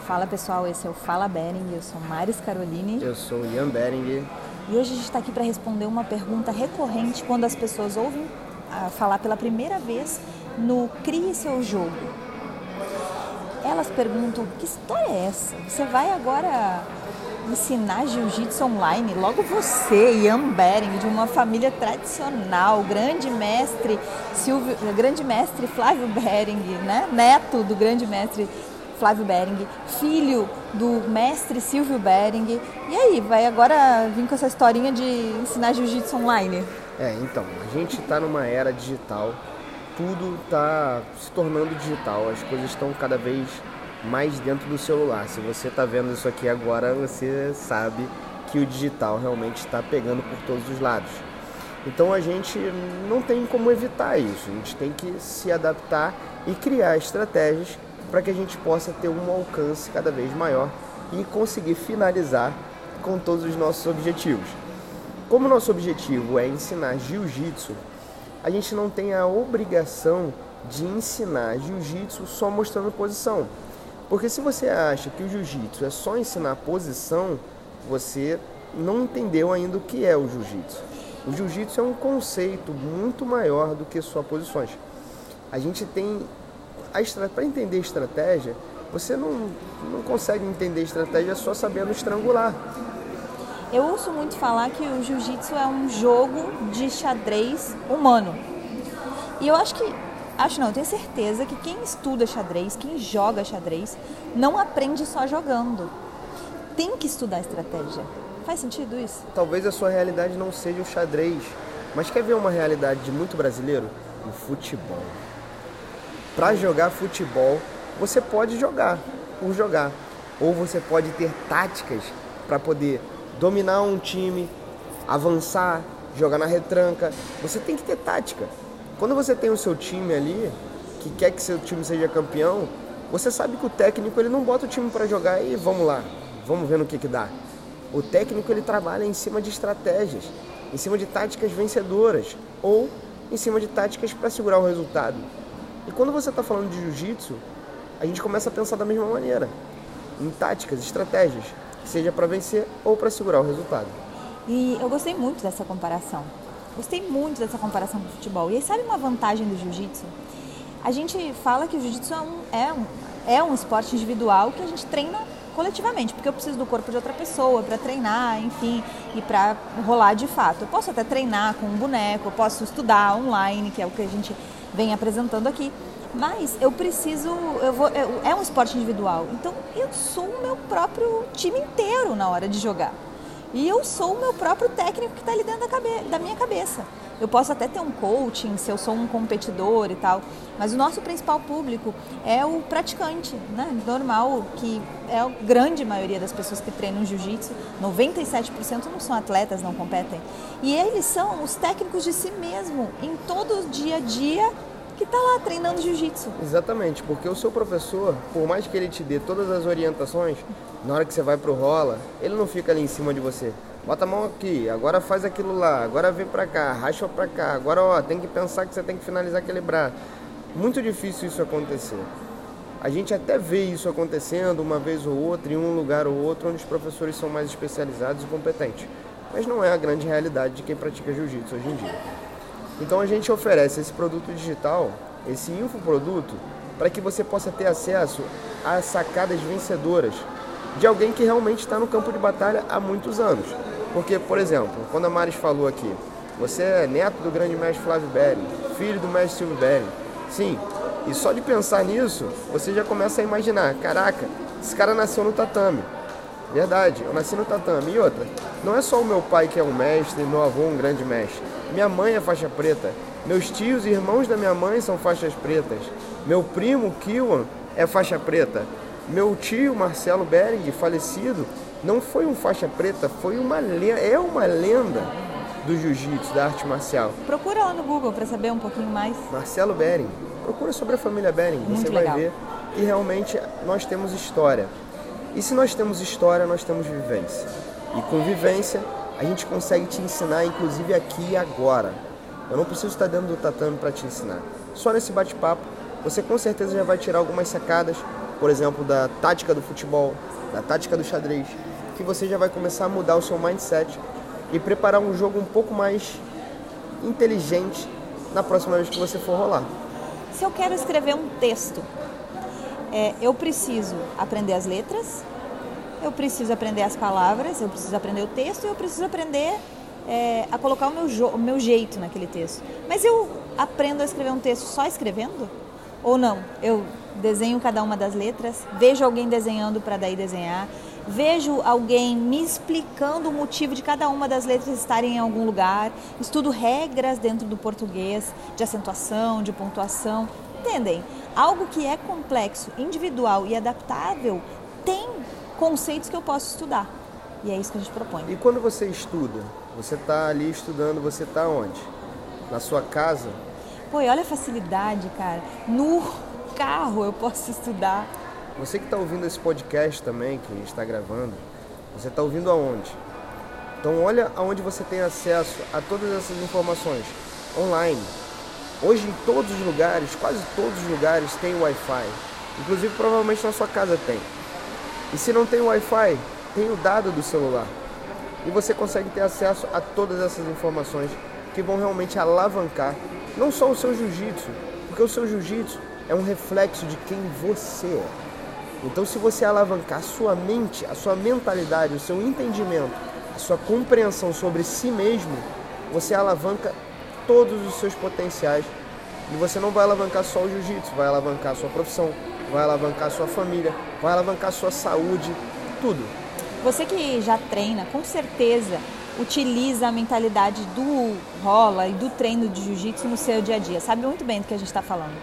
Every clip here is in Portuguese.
Fala pessoal, esse é o Fala Bering, eu sou Maris Caroline. Eu sou o Ian Bering. E hoje a gente está aqui para responder uma pergunta recorrente quando as pessoas ouvem falar pela primeira vez no Crie Seu Jogo. Elas perguntam, que história é essa? Você vai agora ensinar jiu-jitsu online? Logo você, Ian Bering, de uma família tradicional, grande mestre Flávio Bering, né? Neto do grande mestre Flávio Bering, filho do mestre Silvio Bering. E aí, vai agora vir com essa historinha de ensinar jiu-jitsu online? Então, a gente está numa era digital, tudo está se tornando digital, as coisas estão cada vez mais dentro do celular. Se você está vendo isso aqui agora, você sabe que o digital realmente está pegando por todos os lados. Então a gente não tem como evitar isso, a gente tem que se adaptar e criar estratégias para que a gente possa ter um alcance cada vez maior e conseguir finalizar com todos os nossos objetivos. Como nosso objetivo é ensinar jiu-jitsu, a gente não tem a obrigação de ensinar jiu-jitsu só mostrando posição. Porque se você acha que o jiu-jitsu é só ensinar posição, você não entendeu ainda o que é o jiu-jitsu. O jiu-jitsu é um conceito muito maior do que só posições. A gente tem... Para entender estratégia, você não consegue entender estratégia só sabendo estrangular. Eu ouço muito falar que o jiu-jitsu é um jogo de xadrez humano. E eu eu tenho certeza que quem estuda xadrez, quem joga xadrez, não aprende só jogando. Tem que estudar estratégia. Faz sentido isso? Talvez a sua realidade não seja o xadrez, mas quer ver uma realidade de muito brasileiro? O futebol. Para jogar futebol, você pode jogar por jogar. Ou você pode ter táticas para poder dominar um time, avançar, jogar na retranca. Você tem que ter tática. Quando você tem o seu time ali, que quer que seu time seja campeão, você sabe que o técnico ele não bota o time para jogar e vamos lá, vamos ver no que dá. O técnico ele trabalha em cima de estratégias, em cima de táticas vencedoras ou em cima de táticas para segurar o resultado. E quando você está falando de jiu-jitsu, a gente começa a pensar da mesma maneira, em táticas, estratégias, seja para vencer ou para segurar o resultado. E eu gostei muito dessa comparação. Gostei muito dessa comparação com o futebol. E aí, sabe uma vantagem do jiu-jitsu? A gente fala que o jiu-jitsu é um esporte individual que a gente treina coletivamente, porque eu preciso do corpo de outra pessoa para treinar, enfim, e para rolar de fato. Eu posso até treinar com um boneco, eu posso estudar online, que é o que a gente vem apresentando aqui, mas é um esporte individual, então eu sou o meu próprio time inteiro na hora de jogar. E eu sou o meu próprio técnico que está ali dentro da minha cabeça. Eu posso até ter um coaching, se eu sou um competidor e tal, mas o nosso principal público é o praticante, né? Normal, que é a grande maioria das pessoas que treinam jiu-jitsu, 97% não são atletas, não competem. E eles são os técnicos de si mesmo, em todo o dia a dia, que está lá treinando jiu-jitsu. Exatamente, porque o seu professor, por mais que ele te dê todas as orientações, na hora que você vai pro rola, ele não fica ali em cima de você. Bota a mão aqui, agora faz aquilo lá, agora vem pra cá, racha pra cá, agora tem que pensar que você tem que finalizar aquele braço. Muito difícil isso acontecer. A gente até vê isso acontecendo uma vez ou outra, em um lugar ou outro, onde os professores são mais especializados e competentes. Mas não é a grande realidade de quem pratica jiu-jitsu hoje em dia. Então a gente oferece esse produto digital, esse infoproduto, para que você possa ter acesso a sacadas vencedoras de alguém que realmente está no campo de batalha há muitos anos. Porque, por exemplo, quando a Maris falou aqui, você é neto do grande mestre Flávio Bering, filho do mestre Silvio Bering. Sim, e só de pensar nisso, você já começa a imaginar, caraca, esse cara nasceu no tatame. Verdade, eu nasci no tatame. E outra, não é só o meu pai que é um mestre e meu avô um grande mestre. Minha mãe é faixa preta. Meus tios e irmãos da minha mãe são faixas pretas. Meu primo, Kiwan, é faixa preta. Meu tio, Marcelo Bering, falecido, não foi um faixa preta, é uma lenda do jiu-jitsu, da arte marcial. Procura lá no Google para saber um pouquinho mais. Marcelo Bering. Procura sobre a família Bering. Você vai ver que realmente nós temos história. E se nós temos história, nós temos vivência. E com vivência, a gente consegue te ensinar, inclusive aqui e agora. Eu não preciso estar dentro do tatame para te ensinar. Só nesse bate-papo, você com certeza já vai tirar algumas sacadas, por exemplo, da tática do futebol, da tática do xadrez, que você já vai começar a mudar o seu mindset e preparar um jogo um pouco mais inteligente na próxima vez que você for rolar. Se eu quero escrever um texto, eu preciso aprender as letras, eu preciso aprender as palavras, eu preciso aprender o texto e eu preciso aprender a colocar o meu jeito naquele texto. Mas eu aprendo a escrever um texto só escrevendo? Ou não? Eu desenho cada uma das letras, vejo alguém desenhando para daí desenhar, vejo alguém me explicando o motivo de cada uma das letras estarem em algum lugar, estudo regras dentro do português, de acentuação, de pontuação, entendem? Algo que é complexo, individual e adaptável tem conceitos que eu posso estudar. E é isso que a gente propõe. E quando você estuda, você está ali estudando, você está onde? Na sua casa? Pô, e olha a facilidade, cara. No carro eu posso estudar. Você que está ouvindo esse podcast também, que a gente está gravando, você está ouvindo aonde? Então olha aonde você tem acesso a todas essas informações. Online. Hoje em todos os lugares, quase todos os lugares tem Wi-Fi. Inclusive provavelmente na sua casa tem. E se não tem Wi-Fi, tem o dado do celular. E você consegue ter acesso a todas essas informações que vão realmente alavancar não só o seu jiu-jitsu, porque o seu jiu-jitsu é um reflexo de quem você é. Então se você alavancar a sua mente, a sua mentalidade, o seu entendimento, a sua compreensão sobre si mesmo, você alavanca todos os seus potenciais. E você não vai alavancar só o jiu-jitsu, vai alavancar a sua profissão, vai alavancar a sua família, vai alavancar a sua saúde, tudo. Você que já treina, com certeza utiliza a mentalidade do rola e do treino de jiu-jitsu no seu dia a dia. Sabe muito bem do que a gente está falando.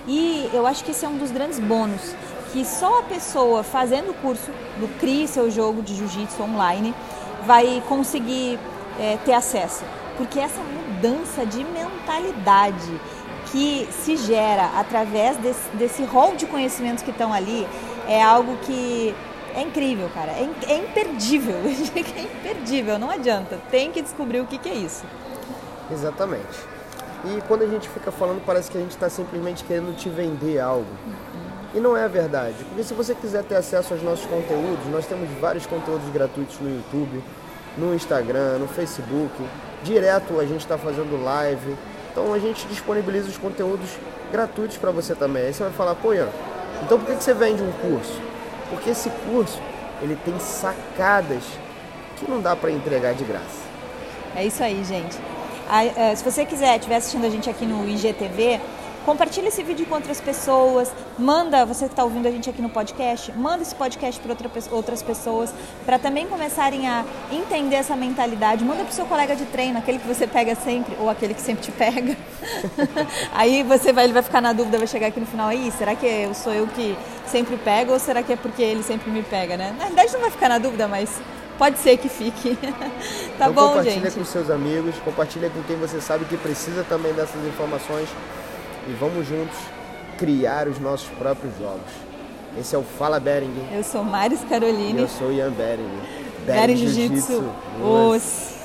E eu acho que esse é um dos grandes bônus, que só a pessoa fazendo o curso do Crie Seu Jogo de Jiu-Jitsu online vai conseguir ter acesso. Porque essa mudança de mentalidade que se gera através desse rol de conhecimentos que estão ali é algo que é incrível, cara. É imperdível. É imperdível, não adianta. Tem que descobrir o que é isso. Exatamente. E quando a gente fica falando, parece que a gente está simplesmente querendo te vender algo. E não é a verdade. Porque se você quiser ter acesso aos nossos conteúdos, nós temos vários conteúdos gratuitos no YouTube, no Instagram, no Facebook. Direto a gente está fazendo live. Então a gente disponibiliza os conteúdos gratuitos para você também. Aí você vai falar, pô, Ian, então por que você vende um curso? Porque esse curso, ele tem sacadas que não dá para entregar de graça. É isso aí, gente. Se você estiver assistindo a gente aqui no IGTV, compartilha esse vídeo com outras pessoas, manda, você que está ouvindo a gente aqui no podcast, manda esse podcast para outras pessoas, para também começarem a entender essa mentalidade. Manda para o seu colega de treino, aquele que você pega sempre, ou aquele que sempre te pega. Aí ele vai ficar na dúvida, vai chegar aqui no final, aí, será que sou eu que sempre pego, ou será que é porque ele sempre me pega, né? Na verdade não vai ficar na dúvida, mas pode ser que fique. Tá então, bom, compartilha gente? Com seus amigos, compartilha com quem você sabe que precisa também dessas informações. E vamos juntos criar os nossos próprios jogos. Esse é o Fala Bering. Eu sou Maris Caroline. E eu sou Ian Bering. Bering Jiu-Jitsu. Os